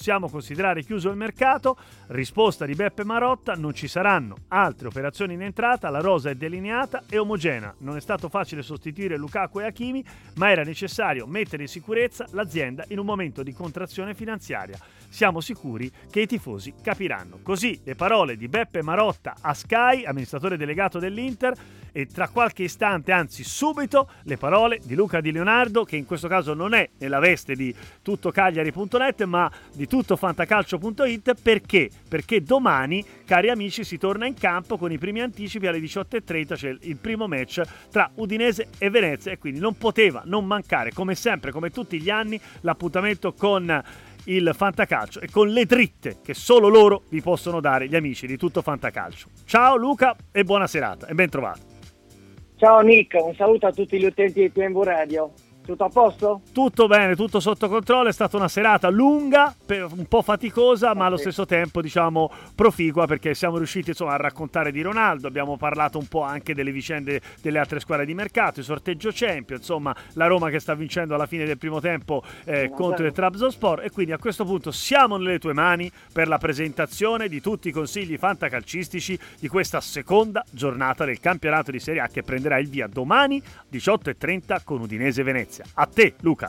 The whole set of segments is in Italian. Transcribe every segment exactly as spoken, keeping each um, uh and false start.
possiamo considerare chiuso il mercato? Risposta di Beppe Marotta: non ci saranno altre operazioni in entrata, la rosa è delineata e omogenea. Non è stato facile sostituire Lukaku e Hakimi, ma era necessario mettere in sicurezza l'azienda in un momento di contrazione finanziaria. Siamo sicuri che i tifosi capiranno. Così le parole di Beppe Marotta a Sky, amministratore delegato dell'Inter, e tra qualche istante, anzi subito, le parole di Luca Di Leonardo, che in questo caso non è nella veste di tuttocagliari punto net ma di tuttofantacalcio punto it. Perché? Perché domani, cari amici, si torna in campo con i primi anticipi alle diciotto e trenta, c'è il primo match tra Udinese e Venezia, e quindi non poteva non mancare, come sempre, come tutti gli anni, l'appuntamento con il fantacalcio e con le dritte che solo loro vi possono dare, gli amici di Tutto Fantacalcio. Ciao Luca e buona serata e ben trovato. Ciao Nick, un saluto a tutti gli utenti di T M V Radio. Tutto a posto? Tutto bene, tutto sotto controllo. È stata una serata lunga, un po' faticosa, ma allo stesso tempo, diciamo, proficua, perché siamo riusciti, insomma, a raccontare di Ronaldo. Abbiamo parlato un po' anche delle vicende delle altre squadre di mercato, il sorteggio Champions, insomma, la Roma che sta vincendo alla fine del primo tempo eh, contro il Trabzonspor. E quindi a questo punto siamo nelle tue mani per la presentazione di tutti i consigli fantacalcistici di questa seconda giornata del campionato di Serie A, che prenderà il via domani diciotto e trenta con Udinese Venezia. A te Luca.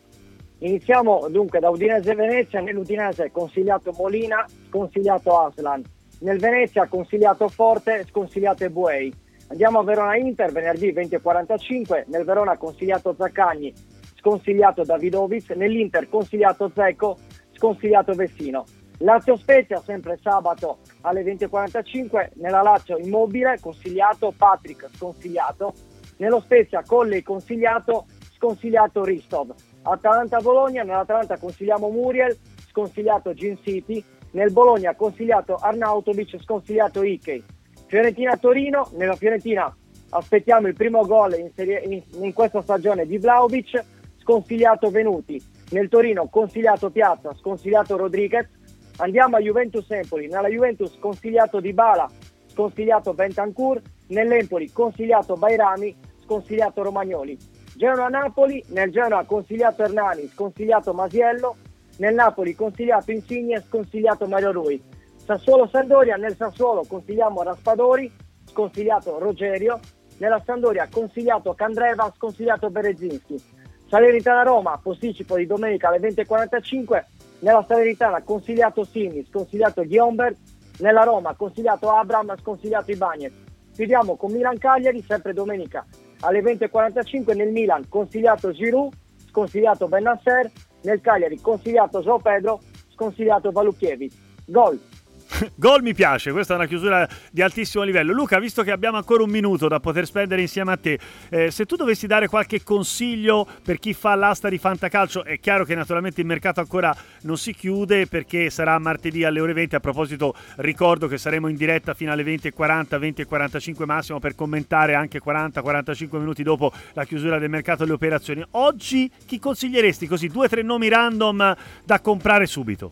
Iniziamo dunque da Udinese Venezia. Nell'Udinese consigliato Molina, sconsigliato Aslan. Nel Venezia consigliato Forte, sconsigliato Ebuei. Andiamo a Verona Inter venerdì venti e quarantacinque. Nel Verona consigliato Zaccagni, sconsigliato Davidovic. Nell'Inter consigliato Zecco, sconsigliato Vessino. Lazio Spezia sempre sabato alle venti e quarantacinque. Nella Lazio Immobile, consigliato Patrick, sconsigliato. Nello Spezia Colley, consigliato, sconsigliato Ristov. Atalanta Bologna, nell'Atalanta consigliamo Muriel, sconsigliato Gin City. Nel Bologna consigliato Arnautovic, sconsigliato Ikei. Fiorentina Torino, nella Fiorentina aspettiamo il primo gol in, serie, in, in questa stagione di Vlahovic, sconsigliato Venuti. Nel Torino consigliato Piazza, sconsigliato Rodriguez. Andiamo a Juventus Empoli, nella Juventus consigliato Dybala, sconsigliato Bentancur. Nell'Empoli consigliato Bairami, sconsigliato Romagnoli. Genoa-Napoli, nel Genoa consigliato Hernani, sconsigliato Masiello. Nel Napoli consigliato Insigne, sconsigliato Mario Rui. Sassuolo-Sampdoria, nel Sassuolo consigliamo Raspadori, sconsigliato Rogerio. Nella Sampdoria consigliato Candreva, sconsigliato Berezinski. Salernitana-Roma, posticipo di domenica alle venti e quarantacinque. Nella Salernitana consigliato Simi, sconsigliato Ghiomber. Nella Roma consigliato Abram, sconsigliato Ibañez. Chiudiamo con Milan-Cagliari, sempre domenica alle venti e quarantacinque. Nel Milan consigliato Giroud, sconsigliato Bennacer. Nel Cagliari consigliato João Pedro, sconsigliato Valukiewicz. Gol. Gol mi piace, questa è una chiusura di altissimo livello. Luca, visto che abbiamo ancora un minuto da poter spendere insieme a te, eh, se tu dovessi dare qualche consiglio per chi fa l'asta di fantacalcio, è chiaro che naturalmente il mercato ancora non si chiude perché sarà martedì alle ore venti. A proposito, ricordo che saremo in diretta fino alle venti e quaranta, venti e quarantacinque massimo, per commentare anche quaranta quarantacinque minuti dopo la chiusura del mercato delle operazioni. Oggi chi consiglieresti, così due o tre nomi random da comprare subito?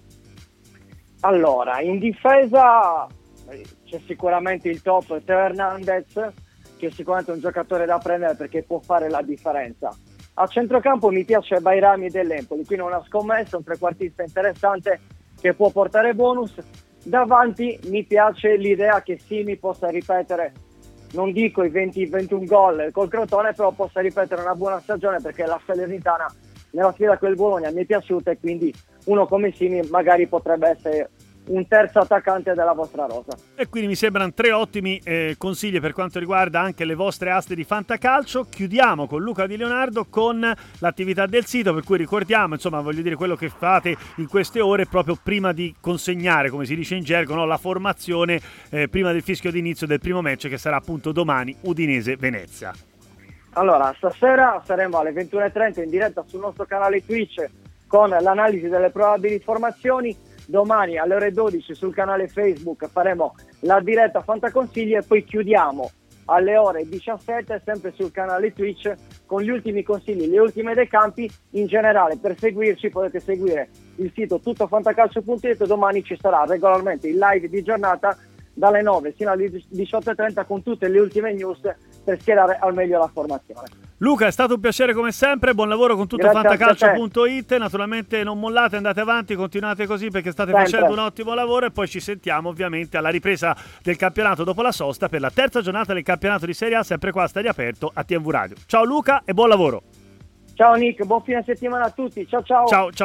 Allora, in difesa c'è sicuramente il top Teo Hernandez, che è sicuramente un giocatore da prendere perché può fare la differenza. A centrocampo mi piace Bairami dell'Empoli, quindi una scommessa, un trequartista interessante che può portare bonus. Davanti mi piace l'idea che Simi possa ripetere, non dico i venti ventuno gol col Crotone, però possa ripetere una buona stagione, perché la Salernitana nella sfida con il Bologna mi è piaciuta, e quindi uno come Simi magari potrebbe essere un terzo attaccante della vostra rosa. E quindi mi sembrano tre ottimi eh, consigli per quanto riguarda anche le vostre aste di fantacalcio. Chiudiamo con Luca Di Leonardo con l'attività del sito, per cui ricordiamo, insomma, voglio dire, quello che fate in queste ore proprio prima di consegnare, come si dice in gergo, no? La formazione eh, prima del fischio d'inizio del primo match, che sarà appunto domani Udinese-Venezia. Allora, stasera saremo alle ventuno e trenta in diretta sul nostro canale Twitch con l'analisi delle probabili formazioni. Domani alle ore dodici sul canale Facebook faremo la diretta Fantaconsigli, e poi chiudiamo alle ore diciassette sempre sul canale Twitch con gli ultimi consigli, le ultime dei campi. In generale, per seguirci potete seguire il sito tuttofantacalcio punto it. Domani ci sarà regolarmente il live di giornata dalle nove fino alle diciotto e trenta con tutte le ultime news per schierare al meglio la formazione. Luca, è stato un piacere come sempre, buon lavoro con tutto fantacalcio punto it, naturalmente non mollate, andate avanti, continuate così perché state sempre facendo un ottimo lavoro e poi ci sentiamo ovviamente alla ripresa del campionato dopo la sosta per la terza giornata del campionato di Serie A, sempre qua a Stadio Aperto a T M V Radio. Ciao Luca e buon lavoro. Ciao Nick, buon fine settimana a tutti, ciao ciao. Ciao, ciao.